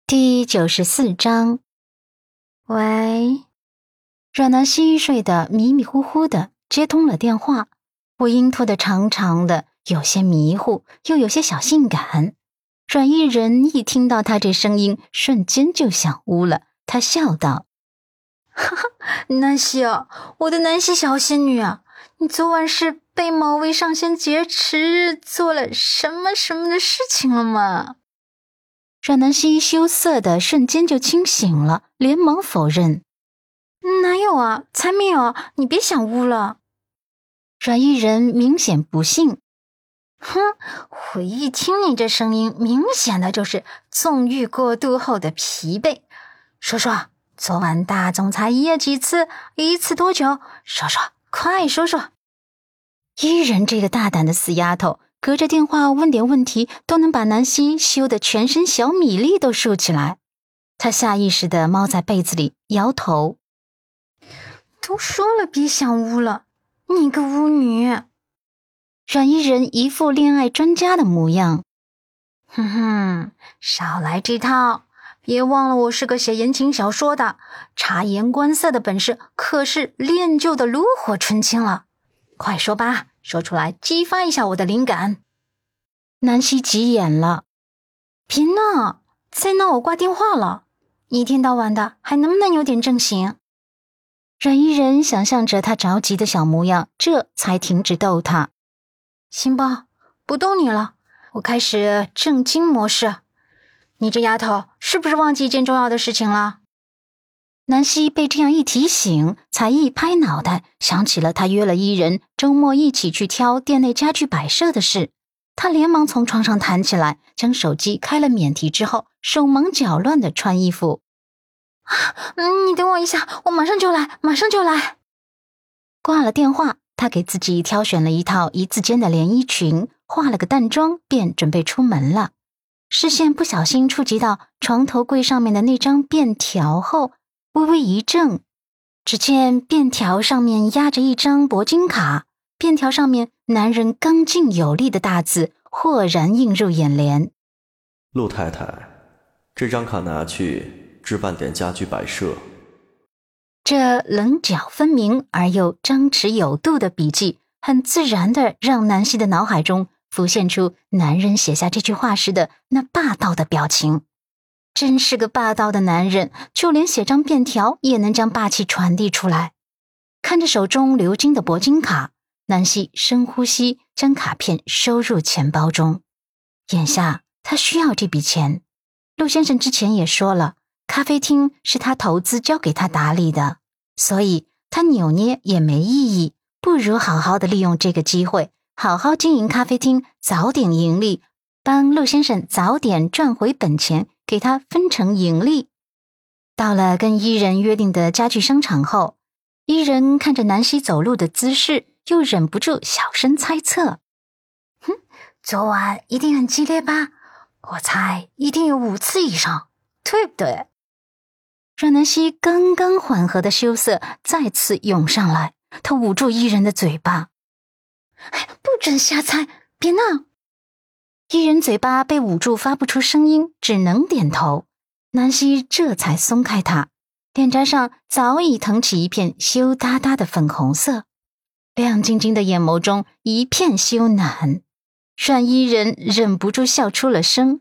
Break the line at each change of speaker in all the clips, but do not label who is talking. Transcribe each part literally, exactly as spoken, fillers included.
第九十四章。喂，阮南希睡得迷迷糊糊的，接通了电话。我音拖得长长的，有些迷糊，又有些小性感。阮依人一听到他这声音，瞬间就想污了。他笑道：
哈哈，南希啊，我的南希小仙女啊，你昨晚是被某位上仙劫持，做了什么什么的事情了吗？
阮南希羞涩的瞬间就清醒了，连忙否认：
哪有啊，才没有，你别想污了。
阮依人明显不信：
哼，我一听你这声音，明显的就是纵欲过度后的疲惫。说说昨晚大总裁一夜几次，一次多久？说说，快说说。
依人这个大胆的死丫头，隔着电话问点问题，都能把南希羞得全身小米粒都竖起来。她下意识地猫在被子里，摇头：
都说了别想污了，你个污女。
阮依人一副恋爱专家的模样：
哼哼，少来这套，别忘了我是个写言情小说的，察言观色的本事可是练就的炉火纯青了。快说吧，说出来激发一下我的灵感。
南希急眼了：
别闹，再闹我挂电话了，一天到晚的还能不能有点正形？
阮依人想象着他着急的小模样，这才停止逗他。
行吧，不逗你了，我开始正经模式。你这丫头是不是忘记一件重要的事情了？
南希被这样一提醒，才一拍脑袋，想起了他约了伊人周末一起去挑店内家具摆设的事。他连忙从床上弹起来，将手机开了免提之后，手忙脚乱地穿衣服。
啊，你等我一下，我马上就来，马上就来。
挂了电话，他给自己挑选了一套一字肩的连衣裙，化了个淡妆，便准备出门了。视线不小心触及到床头柜上面的那张便条后，微微一怔，只见便条上面压着一张铂金卡，便条上面男人刚劲有力的大字豁然映入眼帘：
陆太太，这张卡拿去置办点家居摆设。
这棱角分明而又张弛有度的笔记，很自然地让南希的脑海中浮现出男人写下这句话时的那霸道的表情。真是个霸道的男人，就连写张便条也能将霸气传递出来。看着手中鎏金的铂金卡，南希深呼吸，将卡片收入钱包中。眼下他需要这笔钱，陆先生之前也说了，咖啡厅是他投资交给他打理的，所以他扭捏也没意义，不如好好的利用这个机会，好好经营咖啡厅，早点盈利，帮陆先生早点赚回本钱，给他分成盈利。到了跟伊人约定的家具商场后，伊人看着南希走路的姿势，又忍不住小声猜测：
哼，昨晚一定很激烈吧？我猜一定有五次以上，对不对？
阮南希刚刚缓和的羞涩再次涌上来，她捂住伊人的嘴巴：
不准瞎猜，别闹。
伊人嘴巴被捂住发不出声音，只能点头。南希这才松开他，脸颊上早已腾起一片羞答答的粉红色，亮晶晶的眼眸中一片羞赧。阮伊人忍不住笑出了声：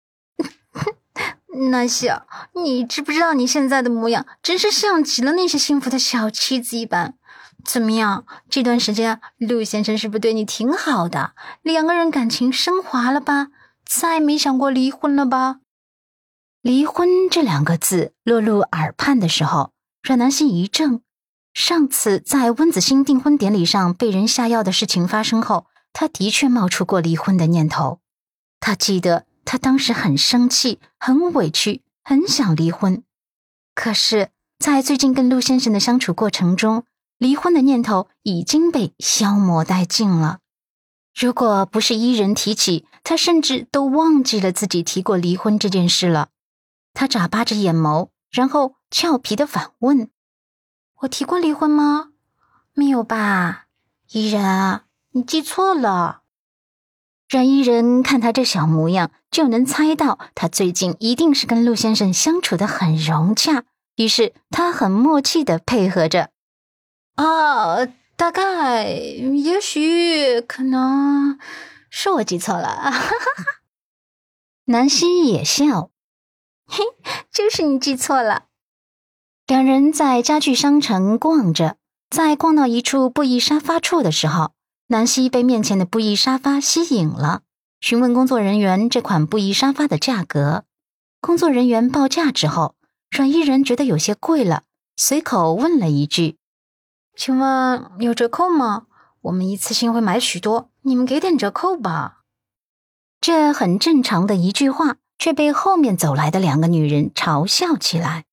南希，你知不知道你现在的模样真是像极了那些幸福的小妻子一般？怎么样，这段时间陆先生是不是对你挺好的？两个人感情升华了吧？再没想过离婚了吧？
离婚这两个字落入耳畔的时候，阮南希一怔。上次在温子欣订婚典礼上被人下药的事情发生后，他的确冒出过离婚的念头。他记得他当时很生气，很委屈，很想离婚。可是在最近跟陆先生的相处过程中，离婚的念头已经被消磨殆尽了。如果不是伊人提起，他甚至都忘记了自己提过离婚这件事了。他眨巴着眼眸，然后俏皮地反问：
我提过离婚吗？没有吧，伊人，你记错了。
阮伊人看他这小模样，就能猜到他最近一定是跟陆先生相处得很融洽，于是他很默契地配合着。
啊，大概，也许，可能是我记错了。
南希也笑，
嘿，就是你记错了。
两人在家具商城逛着，在逛到一处布艺沙发处的时候，南希被面前的布艺沙发吸引了，询问工作人员这款布艺沙发的价格。工作人员报价之后，阮伊人觉得有些贵了，随口问了一句：
请问有折扣吗？我们一次性会买许多，你们给点折扣吧。
这很正常的一句话，却被后面走来的两个女人嘲笑起来。